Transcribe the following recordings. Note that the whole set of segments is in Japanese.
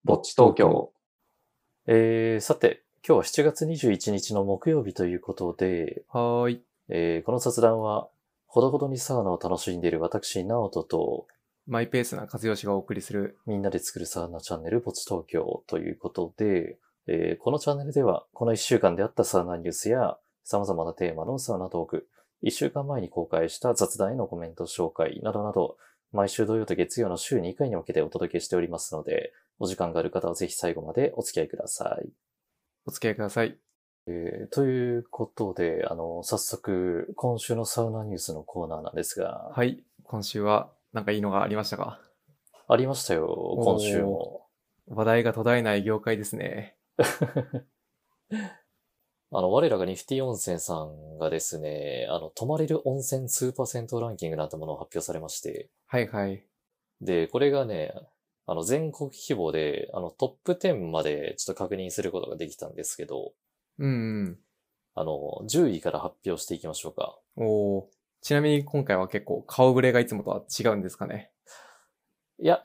ぼっち東京。 さて、今日は7月21日の木曜日ということで、 はーい。 この雑談は、ほどほどにサウナを楽しんでいる私、ナオトと、 マイペースな和義がお送りする。 みんなで作るサウナチャンネル、ぼっち東京ということで、このチャンネルでは、この1週間であったサウナニュースや、様々なテーマのサウナトーク、1週間前に公開した雑談へのコメント紹介などなど、毎週土曜と月曜の週2回に分けてお届けしておりますので、お時間がある方はぜひ最後までお付き合いください。 お付き合いください。 ということで、早速、今週のサウナニュースのコーナーなんですが、 はい。今週はなんかいいのがありましたか？ ありましたよ、今週も。 話題が途絶えない業界ですね。 我らがニフティ温泉さんがですね、泊まれる温泉スーパー銭湯ランキングなんてものを発表されまして、 はいはい。 で、これがね、全国規模で、トップ10までちょっと確認することができたんですけど、 うん 10位から発表していきましょうか。 うん。ちなみに今回は結構顔ぶれがいつもとは違うんですかね。 いや、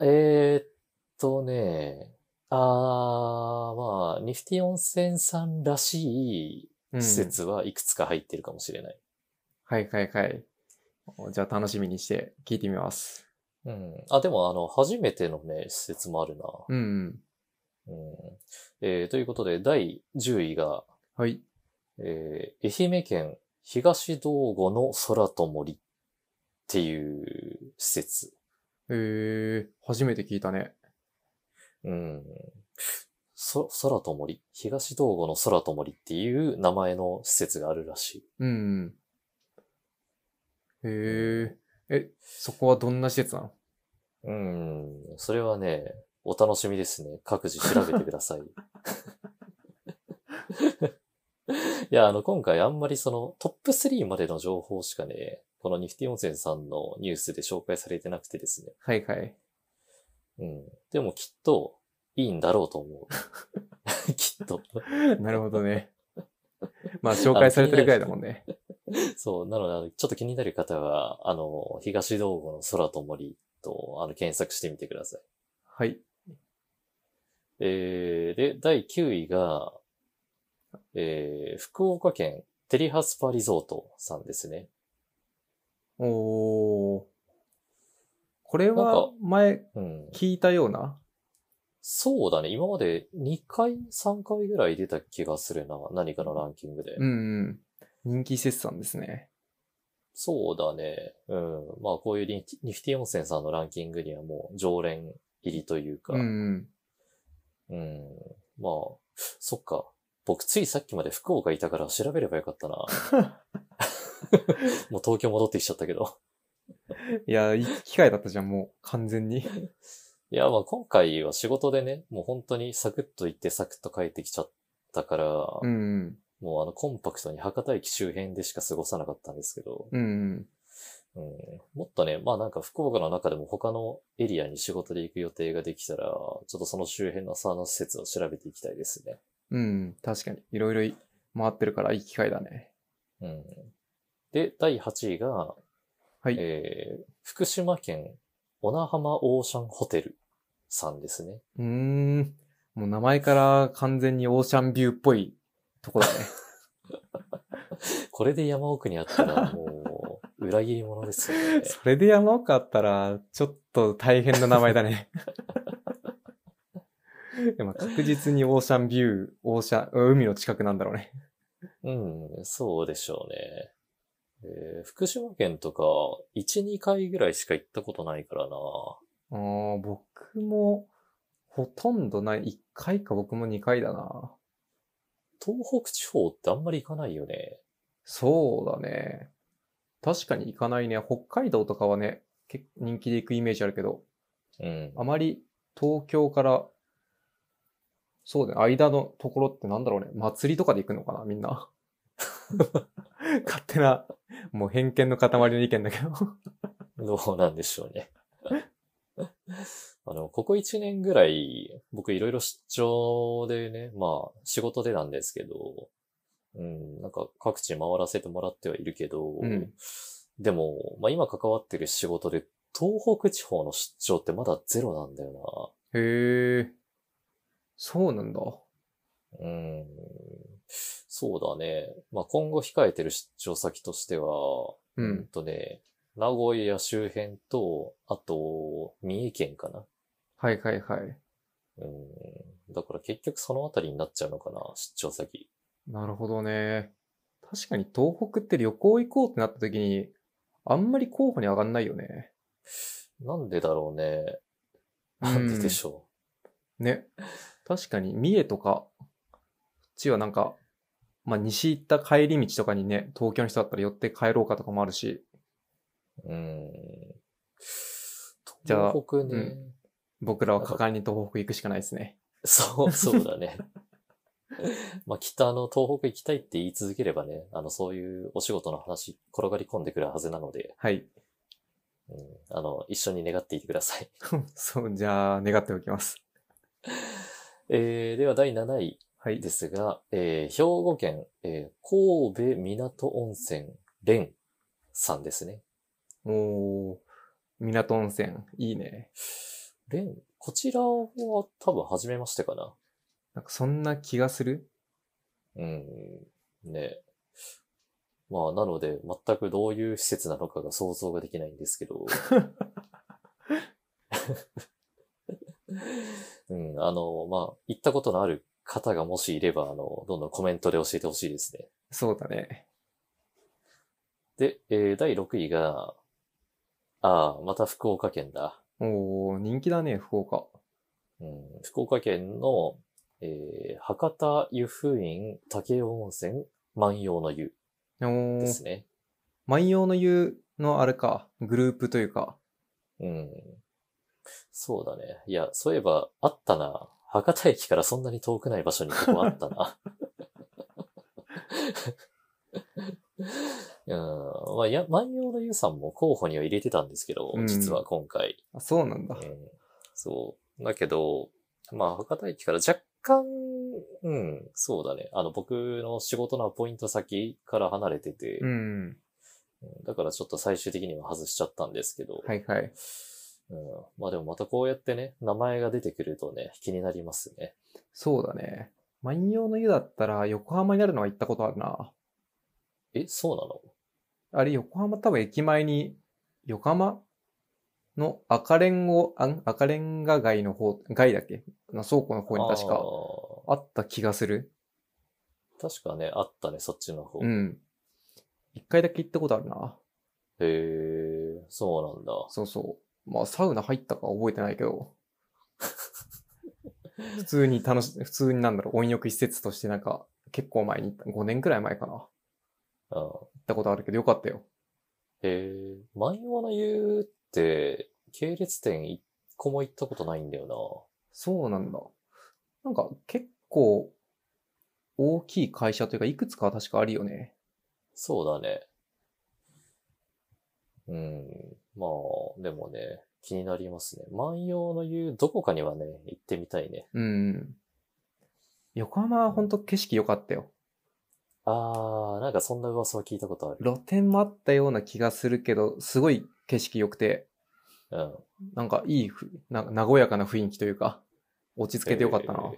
ね、まあ、ニフティ温泉さんらしい施うん。 設はいくつか入ってるかもしれない。 はいはいはい。じゃあ楽しみにして聞いてみます。 うん。あ、でも初めてのね、施設もあるな。 うんうん。 うん。ということで、第10位が、 はい。 愛媛県東道後の空と森っていう施設。 初めて聞いたね。 うん。空と森。東道後の空と森っていう名前の施設があるらしい。 うんうん。 うんそこはどんな施設なの？ それはね、お楽しみですね。各自調べてください。いや、今回あんまりそのトップ3までの情報しかね、このニフティ温泉さんのニュースで紹介されてなくてですね。 はいはい。 うん。でもきっといいんだろうと思う。きっと。 なるほどね。まあ紹介されてるくらいだもんね。 そう、なので、ちょっと気になる方は、東道後の空と森と、検索してみてください。 はい。 で、第9位が、福岡県テリハスパリゾートさんですね。 おー。これなんか、 は前うん。 聞いたような。 そうだね。今まで2回、3回ぐらい出た気がするな。何かのランキングで。 うんうん。人気絶賛ですね。 そうだね。うん。まあ、こういうニフティ温泉さんのランキングにはもう常連入りといううんか。 うん。 うん。まあ、そっか。僕ついさっきまで福岡いたから調べればよかったな。もう東京戻ってきちゃったけど。 いや、いい機会だったじゃん、もう完全に。 いや、まあ今回は仕事でね、もう本当にサクッと行ってサクッと帰ってきちゃったから、 うんうん。 もうコンパクトに博多駅周辺でしか過ごさなかったんですけど、 うんうん。 うん、もっとね、まあなんか福岡の中でも他のエリアに仕事で行く予定ができたら、ちょっとその周辺のサウナ施設を調べていきたいですね。 うん。確かに。いろいろ回ってるからいい機会だね。 うん。で、第8位が、 はい。 福島県小名浜オーシャンホテルさんですね。 もう名前から完全にオーシャンビューっぽいとこだね。 これで山奥にあったらもう裏切り者ですよね。 それで山奥あったら、ちょっと大変な名前だね。でも確実にオーシャンビュー、海の近くなんだろうね。 うん、そうでしょうね。福島県とか1、2回ぐらいしか行ったことないからな。 僕もほとんどない。1回か僕も2回だな。 東北地方ってあんまり行かないよね。 そうだね。確かに行かないね。北海道とかはね、結構人気で行くイメージあるけど、 うん。 あまり東京から、そうだね、間のところってなんだろうね。祭りとかで行くのかな、みんな。勝手な、もう偏見の塊の意見だけど。 どうなんでしょうね。ここ1年ぐらい、僕いろいろ出張でね、まあ、仕事でなんですけど、うん、なんか各地回らせてもらってはいるけど、 うん。 でも、まあ今関わってる仕事で東北地方の出張ってまだゼロなんだよへえ。 そうなんだ。 うーん。そうだね。まあ、今後控えてる出張先としては、 うん。 名古屋周辺と、あと、三重県かな。 はいはいはい。 だから結局そのあたりになっちゃうのかな、出張先。 なるほどね。確かに東北って旅行行こうってなった時に、あんまり候補に上がんないよね。 なんでだろうね。 うなんででん。 しょね。確かに三重とか、こっちはなんか、まあ西行った帰り道とかにね、東京の人だったら寄って帰ろうかとかもあるし、 う。 じゃあ、 東北うん。 ね。 僕らはなんか、 果敢に東北行くしかないですね。 そうだね。まあ、きっと東北行きたいって言い続ければね、そういうお仕事の話、転がり込んでくるはずなので、 はい。 一緒に願っていてください。 そう、じゃあ、願っておきます。 では、第7位はい。 ですが、兵庫県、神戸港温泉蓮さんですね。 おー、港温泉、いいね。 蓮、こちらは多分初めましてかな。 なんかそんな気がする。 うん、ね。まあ、なので、全くどういう施設なのかが想像ができないんですけど、まあ、行ったことのある方がもしいれば、どんどんコメントで教えてほしいですね。 そうだね。 で、第6位が、また福岡県だ。 おー、人気だね、福岡。 福岡県の、博多湯布院武雄温泉万葉の湯おー、 ですね。 万葉の湯のあれか、グループというか。 うん。そうだね。いや、そういえば、あったな。博多駅からそんなに遠くない場所にここあったな。うん。まあ、万葉の湯さんも候補には入れてたんですけど、実はうん。 今回。 あ、そうなんだ。 そう。だけど、まあ、博多駅から若干、そうだね。僕の仕事のアポイント先から離れてうて、 ん。 だからちょっと最終的には外しちゃったんですけど、 はいはい。 うん、まあでもまたこうやってね、名前が出てくるとね、気になりますね。 そうだね。万葉の湯だったら横浜になるのは行ったことあるな。 え、そうなの？ あれ、横浜多分駅前に、横浜の赤レンガ街の方、街だっけの倉庫の方に確かあった気がする。 確かね、あったね、そっちの方。 うん。一回だけ行ったことあるな。 へえ、そうなんだ。 そうそう。まあ、サウナ入ったかは覚えてないけど、普通になんだろう、温浴施設としてなんか、結構前に行った、5年くらい前かな。行うんったことあるけどよかったよ。 へえ、万葉の湯って、系列店一個も行ったことないんだよそうなんだ。なんか結構大きい会社というか、いくつかは確かあるよね。 な。そうだね。うん。まあ、でもね、気になりますね。万葉の湯、どこかにはね、行ってみたいね。 うん。横浜はうん、 ほんと景色良かったよ。 なんかそんな噂は聞いたことある。 露天もあったような気がするけど、すごい景色良くて、 うん。 なんかいいなんか和やかな雰囲気というか、落ち着けてよかったな。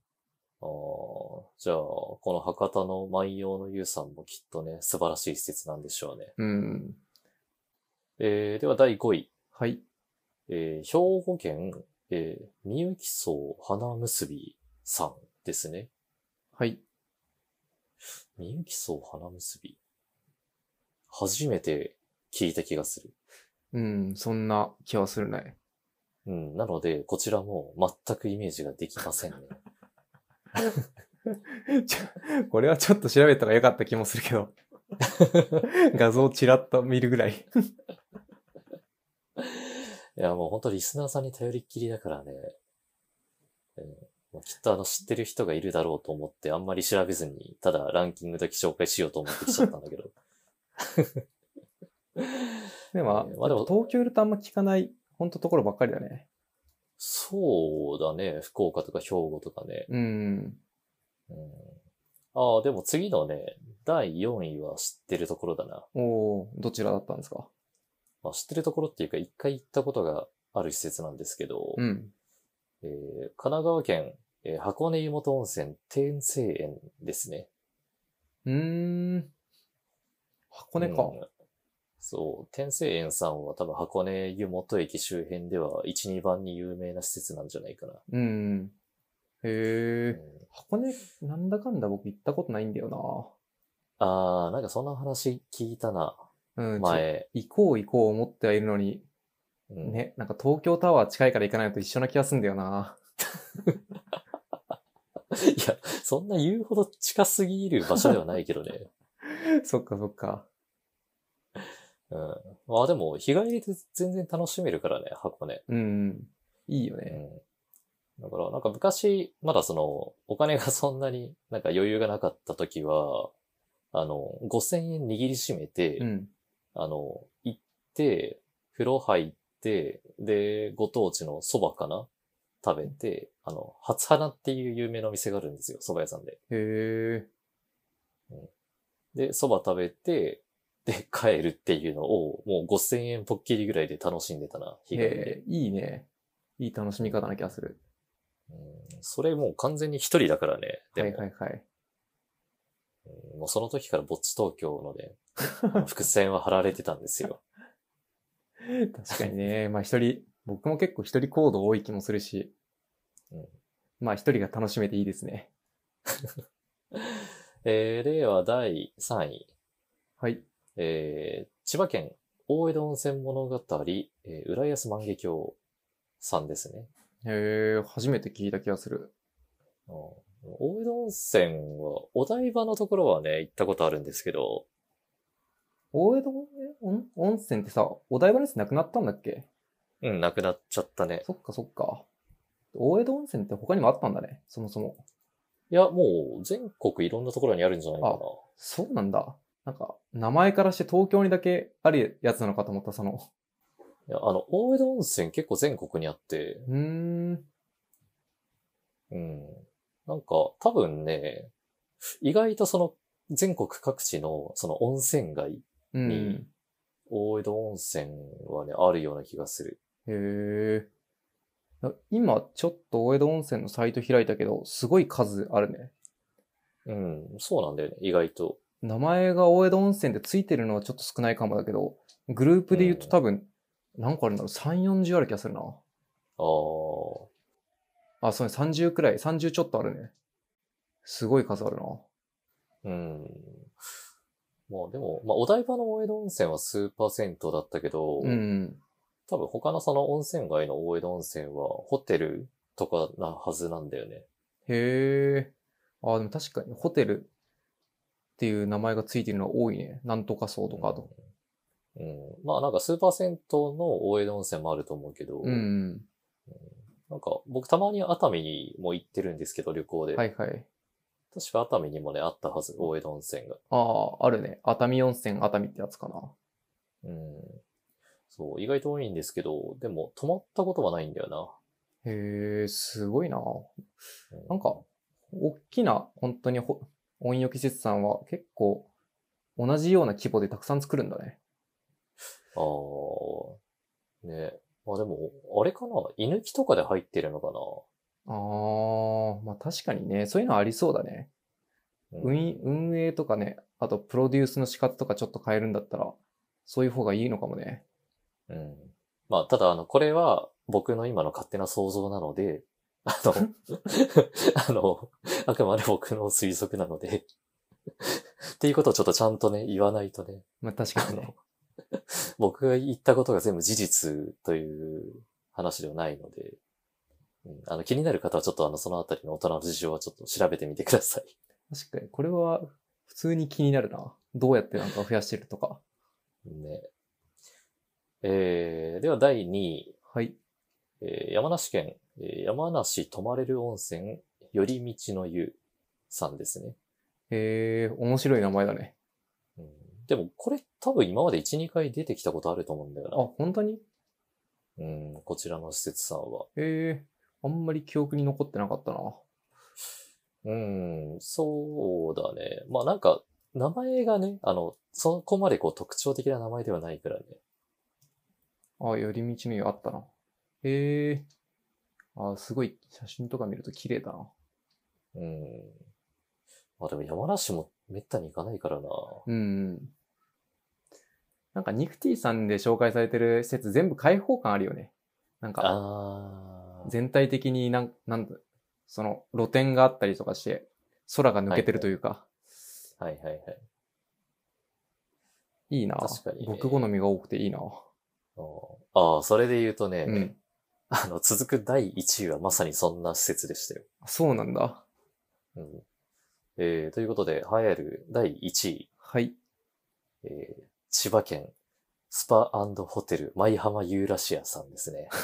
じゃあ、この博多の万葉の湯さんもきっとね、素晴らしい施設なんでしょうね。 うん。 では第5位。 はい。 兵庫県、みゆき荘花結びさんですね。 はい。 みゆき荘花結び。初めて聞いた気がする。 うん、そんな気はするね。 うん。なので、こちらも全くイメージができませんね。 これはちょっと調べた方が良かった気もするけど。画像チラッと見るぐらい。 いや、もう本当リスナーさんに頼りっきりだからね。もうきっと知ってる人がいるだろうと思ってあんまり調べずに、ただランキングだけ紹介しようと思ってきちゃったんだけど。 でも、 まあでも、 東京いるとあんま聞かない、ほんとところばっかりだね。 そうだね。福岡とか兵庫とかね。 うん。 うん、でも次のね、第4位は知ってるところだな。 おー、どちらだったんですか？ まあ、知ってるところっていうか、一回行ったことがある施設なんですけど、 うん。 神奈川県、 箱根湯本温泉天聖園ですね。 箱根か。 そう、天聖園さんは多分箱根湯本駅周辺では1、2番に有名な施設なんじゃないかな。 へえ、箱根、なんだかんだ僕行ったことないんだよなんかそんな話聞いたな。 な。 前。 行こう思ってはいるのに、ね、なんか東京タワー近いから行かないと一緒な気がすんだよな。 いや、そんな言うほど近すぎる場所ではないけどね。 そっかそっか。 まあでも、日帰りで全然楽しめるからね、箱根。 いいよね。 だから、なんか昔、まだお金がそんなになんか余裕がなかった時は、5000円握りしめて、行って、風呂入って、で、ご当地の蕎麦かな食べて、初花っていう有名なお店があるんですよ、蕎麦屋さんで。で、蕎麦食べて、で、帰るっていうのを、もう5000円ポッキリぐらいで楽しんでたな、日帰りで。 いいね。いい楽しみ方な気がする。 それもう完全に一人だからね。 はいはいはい。 もうその時からぼっち東京のね、伏線は張られてたんですよ。 確かにね。まあ僕も結構一人行動多い気もするし、まあ一人が楽しめていいですね。 令和第3位。 はい。 千葉県大江戸温泉物語、浦安万華鏡さんですね。 初めて聞いた気がする。 大江戸温泉は、お台場のところはね、行ったことあるんですけど。 大江戸温泉ってさ、お台場のやつなくなったんだっけ？ なくなっちゃったね。 そっかそっか。大江戸温泉って他にもあったんだね、そもそも。 いや、もう全国いろんなところにあるんじゃないかな。 そうなんだ。なんか、名前からして東京にだけあるやつなのかと思った、 いや、大江戸温泉結構全国にあって。なんか、多分ね、意外と全国各地の温泉街に、大江戸温泉はね、あるような気がする。 今、ちょっと大江戸温泉のサイト開いたけど、すごい数あるね。 そうなんだよね、意外と。 名前が大江戸温泉でついてるのはちょっと少ないかもだけど、グループで言うと多分、何個あるんだろう ?3、40ある気がするな。そうね、30くらい、30ちょっとあるね。すごい数あるな。 まあでも、お台場の大江戸温泉は数%だったけど、多分他の温泉街の大江戸温泉はホテルとかなはずなんだよね。 でも確かにホテルっていう名前がついてるのは多いね。なんとかそうとかと。 まあなんか数%の大江戸温泉もあると思うけど、なんか僕たまに熱海にも行ってるんですけど、旅行で。 はいはい。 確か熱海にもね、あったはず、大江戸温泉が。 あるね。熱海温泉、熱海ってやつかな。 そう、意外と多いんですけど、でも泊まったことはないんだよな。すごいな。なんか、大きな、本当に温浴施設さんは結構同じような規模でたくさん作るんだね。 ね。まあでも、あれかな、居抜きとかで入ってるのかな。 まあ確かにね、そういうのありそうだね。運営とかね、あとプロデュースの仕方とかちょっと変えるんだったら、そういう方がいいのかもね。 まあ、ただこれは僕の今の勝手な想像なので、あくまで僕の推測なのでっていうことをちょっとちゃんとね、言わないとね。 まあ確かにね。 僕が言ったことが全部事実という話ではないので、気になる方はちょっとそのあたりの大人の事情はちょっと調べてみてください。 確かに、これは普通に気になるな。どうやってなんか増やしてるとか。 ね。では第2位。 はい。 山梨県、山梨泊まれる温泉、より道の湯さんですね。 面白い名前だね。 でもこれ多分今まで1、2回出てきたことあると思うんだよな。 本当に？ こちらの施設さんは。 あんまり記憶に残ってなかったな。 そうだね。まあなんか、名前がね、そこまで特徴的な名前ではないからね。 寄り道の湯あったな。 あ、すごい写真とか見ると綺麗だな。 うん。まあでも山梨もめったに行かないからな。 うん。なんかニクティさんで紹介されてる施設全部開放感あるよね。なんかああ。 全体的になんだ、その露天があったりとかして空が抜けてるというか、 はいはいはい。 いいな。 確かにね。 僕好みが多くていいな。 ああ、それで言うとね、 うん。 続く第1位はまさにそんな施設でしたよ。 そうなんだ。 うん。ということで、栄えある第1位、 はい。 千葉県スパ&ホテル舞浜ユーラシアさんですね。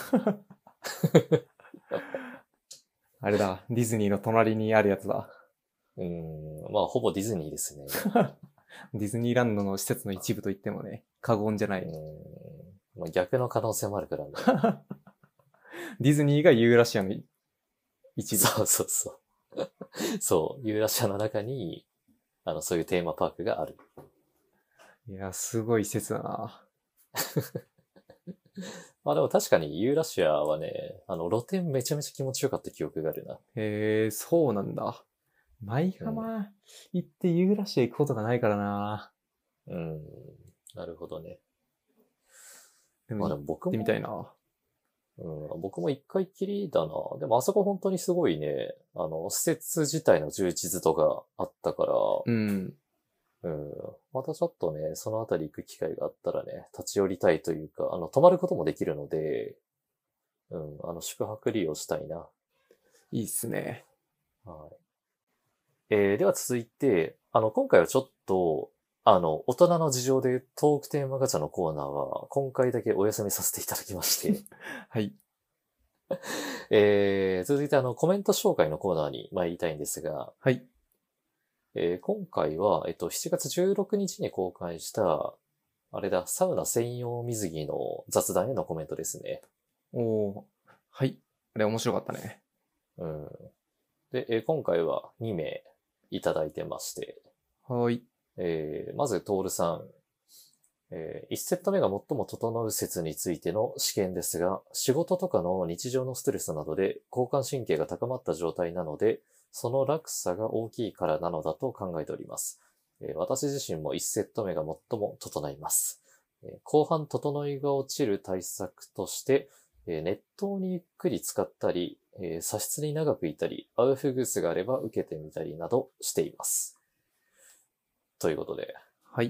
あれだ。ディズニーの隣にあるやつだ。 まあ、ほぼディズニーですね。 ディズニーランドの施設の一部と言ってもね、過言じゃない。 まあ、逆の可能性もあるからね。 ディズニーがユーラシアの一部。 そうそうそう。そう、ユーラシアの中に、そういうテーマパークがある。 いや、すごい施設だな。 まあでも確かにユーラシアはね、露天めちゃめちゃ気持ちよかった記憶があるな。 へえ、そうなんだ。舞浜行ってユーラシア行くことがないからな。 うん。なるほどね。 でも行っまあでも僕てみたいも、 な。 僕も一回きりだな。でもあそこ本当にすごいね、施設自体の充実度があったから、 うん。 またちょっとね、そのあたり行く機会があったらね、立ち寄りたいというか、泊まることもできるので、宿泊利用したいな。 いいっすね。 はい。では続いて、今回はちょっと、大人の事情でトークテーマガチャのコーナーは、今回だけお休みさせていただきまして、 はい。 続いてコメント紹介のコーナーに参りたいんですが、 はい。 今回は、7月16日に公開した、あれだ、サウナ専用水着の雑談へのコメントですね。 おー。はい。あれ面白かったね。 うん。で、今回は2名いただいてまして、 はい。 まず、トールさん。1セット目が最も整う説についての試験ですが、仕事とかの日常のストレスなどで交感神経が高まった状態なので、その落差が大きいからなのだと考えております。私自身も1セット目が最も整います。後半整いが落ちる対策として、熱湯にゆっくり使ったり、茶室に長くいたり、アウフグースがあれば受けてみたりなどしています。ということで、 はい。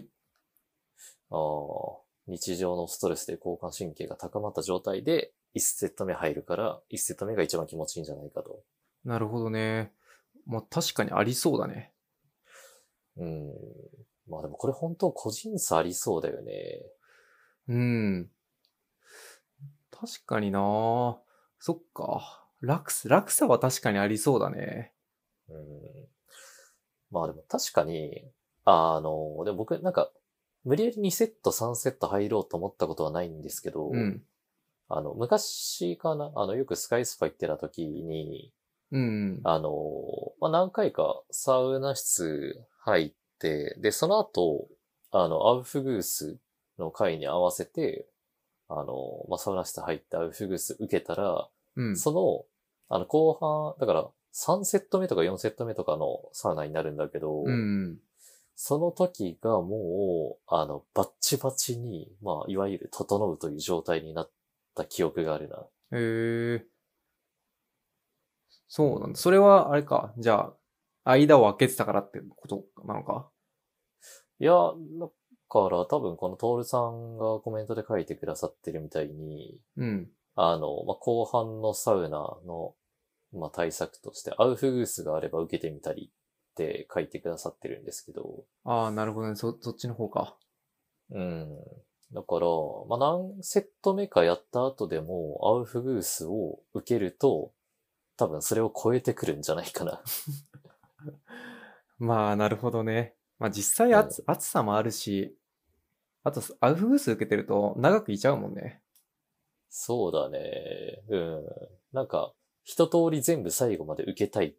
日常のストレスで交感神経が高まった状態で1セット目入るから、1セット目が一番気持ちいいんじゃないかと。 なるほどね。まあ確かにありそうだね。 うん。まあでもこれ本当個人差ありそうだよね。 うん。確かにな。そっか。落差は確かにありそうだね。 うん。まあでも確かに、でも僕なんか、無理やり2セット3セット入ろうと思ったことはないんですけど、 うん。 昔かな、よくスカイスパ行ってた時に、 うん。 まあ、何回かサウナ室入って、で、その後、アウフグースの回に合わせて、まあ、サウナ室入ってアウフグース受けたら、 うん。 その、後半、だから3セット目とか4セット目とかのサウナになるんだけど、 うん。 その時がもう、バッチバチに、まあ、いわゆる整うという状態になった記憶があるな。 へえ。 うん。 そうなんだ。それは、あれか。じゃあ、間を空けてたからってことなのか。 いや、だから多分このトールさんがコメントで書いてくださってるみたいに、 うん。 まあ、後半のサウナの、まあ、対策として、アウフグースがあれば受けてみたりって書いてくださってるんですけど、 ああ、なるほどね。そっちの方か。 うん。だから、まあ、何セット目かやった後でも、アウフグースを受けると、多分それを超えてくるんじゃないかな。 まあ、なるほどね。まあ実際うん。 暑さもあるし、あと、アウフグース受けてると長くいちゃうもんね。 そうだね。うん。なんか、一通り全部最後まで受けたいって、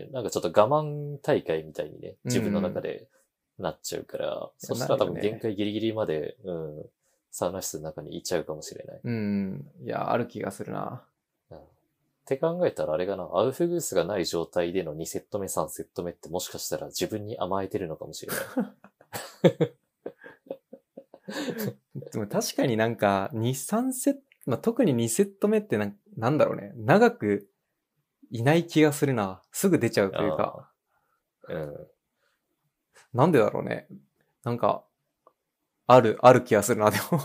なんかちょっと我慢大会みたいにね、 う自分の中ん。 でなっちゃうから、 いや、なそしたら多分限るよね。 界ギリギリまで、サウナ室の中にいちゃうかもしれない。 うん。いや、ある気がするな。 うん。っって考えたらあれかな、アウフグースがない状態での2セット目、3セット目ってもしかしたら自分に甘えてるのかもしれない。 でも確かになんか、2、3セット、まあ、特に2セット目ってなんだろうね。長くいない気がするな。すぐ出ちゃうというか。 うん。 なんでだろうね。なんか、ある気がするな、でも。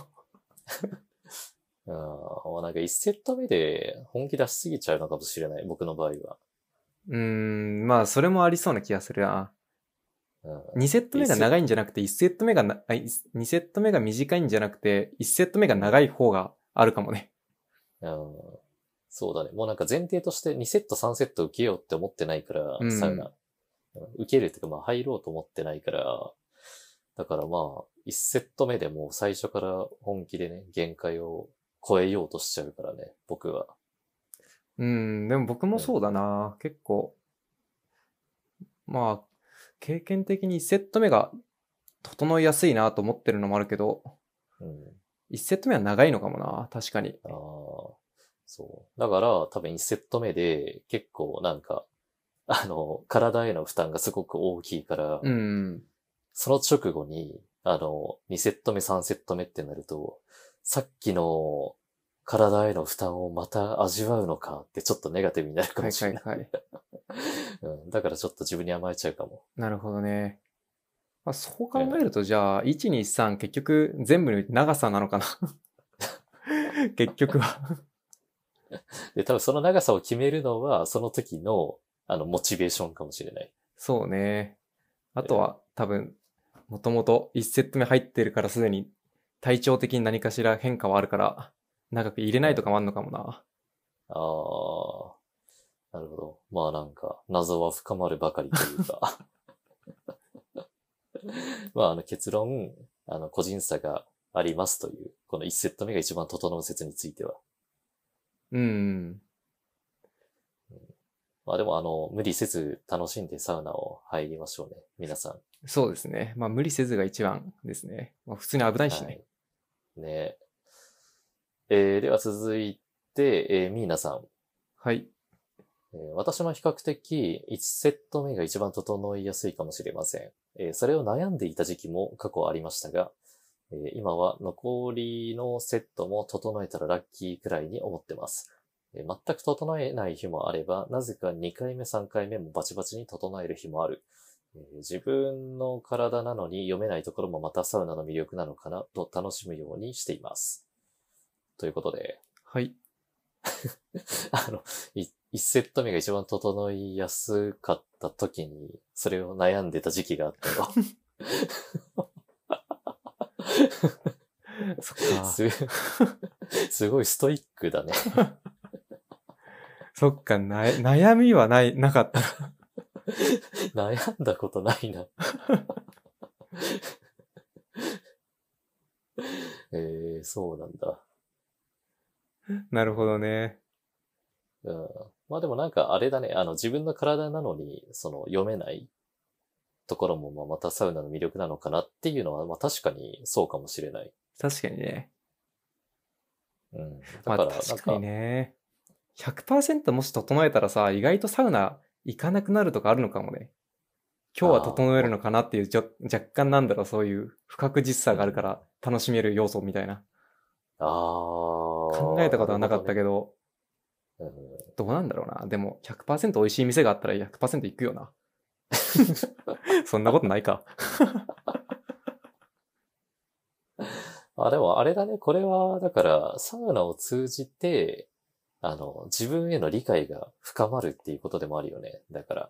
なんか1セット目で本気出しすぎちゃうのかもしれない、僕の場合は。 まあ、それもありそうな気がするな。2セット目が長いんじゃなくて、1セット目が2セット目が短いんじゃなくて、1セット目が長い方があるかもね。 そうだね。もうなんか前提として2セット3セット受けようって思ってないから、サウナ。受けるっていうかまあ入ろうと思ってないから、だからまあ、1セット目でもう最初から本気でね、限界を超えようとしちゃうからね、僕は。 でも僕もそうだな。結構、まあ、経験的に1セット目が整いやすいなと思ってるのもあるけど、1セット目は長いのかもな、確かに。 そう。だから多分1セット目で結構なんか、体への負担がすごく大きいから、その直後に、2セット目、3セット目ってなると、さっきの体への負担をまた味わうのかってちょっとネガティブになるかもしれない。だからちょっと自分に甘えちゃうかも。 なるほどね。まあ、そう考えると、じゃあ、1、2、3、結局全部の長さなのかな結局はで、多分その長さを決めるのは、その時の、モチベーションかもしれない。 そうね。あとは、多分、もともと1セット目入ってるからすでに体調的に何かしら変化はあるから、長く入れないとかもあんのかもな。 なるほど。まあなんか、謎は深まるばかりというか。まあ結論、個人差がありますという、この1セット目が一番整う説については。まあでも無理せず楽しんでサウナを入りましょうね。皆さん。 そうですね。まあ無理せずが一番ですね。まあ普通に危ないしね。 ね。では続いて、ミーナさん。 はい。 私も比較的1セット目が一番整いやすいかもしれません。それを悩んでいた時期も過去ありましたが、今は残りのセットも整えたらラッキーくらいに思ってます。全く整えない日もあれば、なぜか2回目3回目もバチバチに整える日もある。自分の体なのに読めないところもまたサウナの魅力なのかなと楽しむようにしています。ということで。 はい。 1セット目が一番整いやすかった時に、それを悩んでた時期があったよ。 そっか。 すごいストイックだね。 そっか、悩みはなかった。 悩んだことないな。そうなんだ。 なるほどね。 まあでもなんかあれだね、自分の体なのに、読めないところもまたサウナの魅力なのかなっていうのは、まあ確かにそうかもしれない。 確かにね。 だから確かにね。100% もし整えたらさ、意外とサウナ行かなくなるとかあるのかもね。今日は整えるのかなっていう若干なんだろう、そういう不確実さがあるから楽しめる要素みたいな。考えたことはなかったけど、どうなんだろうな。でも 100% 美味しい店があったら 100% 行くよな。そんなことないか。 でもあれだね、これは、だから、サウナを通じて、自分への理解が深まるっていうことでもあるよね。だから。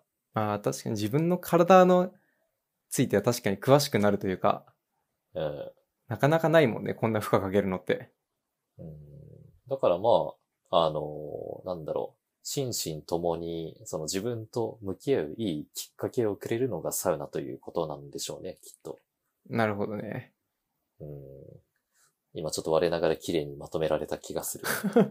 確かに自分の体のついては確かに詳しくなるというか、なかなかないもんね、こんな負荷かけるのって。 だからまあ、なんだろう。心身ともに、自分と向き合ういいきっかけをくれるのがサウナということなんでしょうね、きっと。 なるほどね。 今ちょっと我ながら綺麗にまとめられた気がする。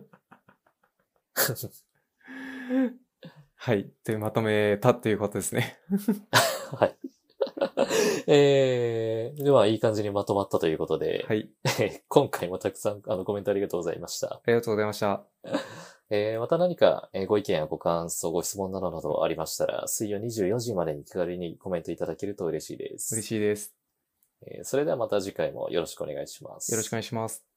はい。というまとめたということですね。 はい。では、いい感じにまとまったということで、 はい。 今回もたくさんコメントありがとうございました。 ありがとうございました。 また何かご意見やご感想、ご質問などありましたら、水曜24時までに気軽にコメントいただけると嬉しいです。 嬉しいです。 それではまた次回もよろしくお願いします。 よろしくお願いします。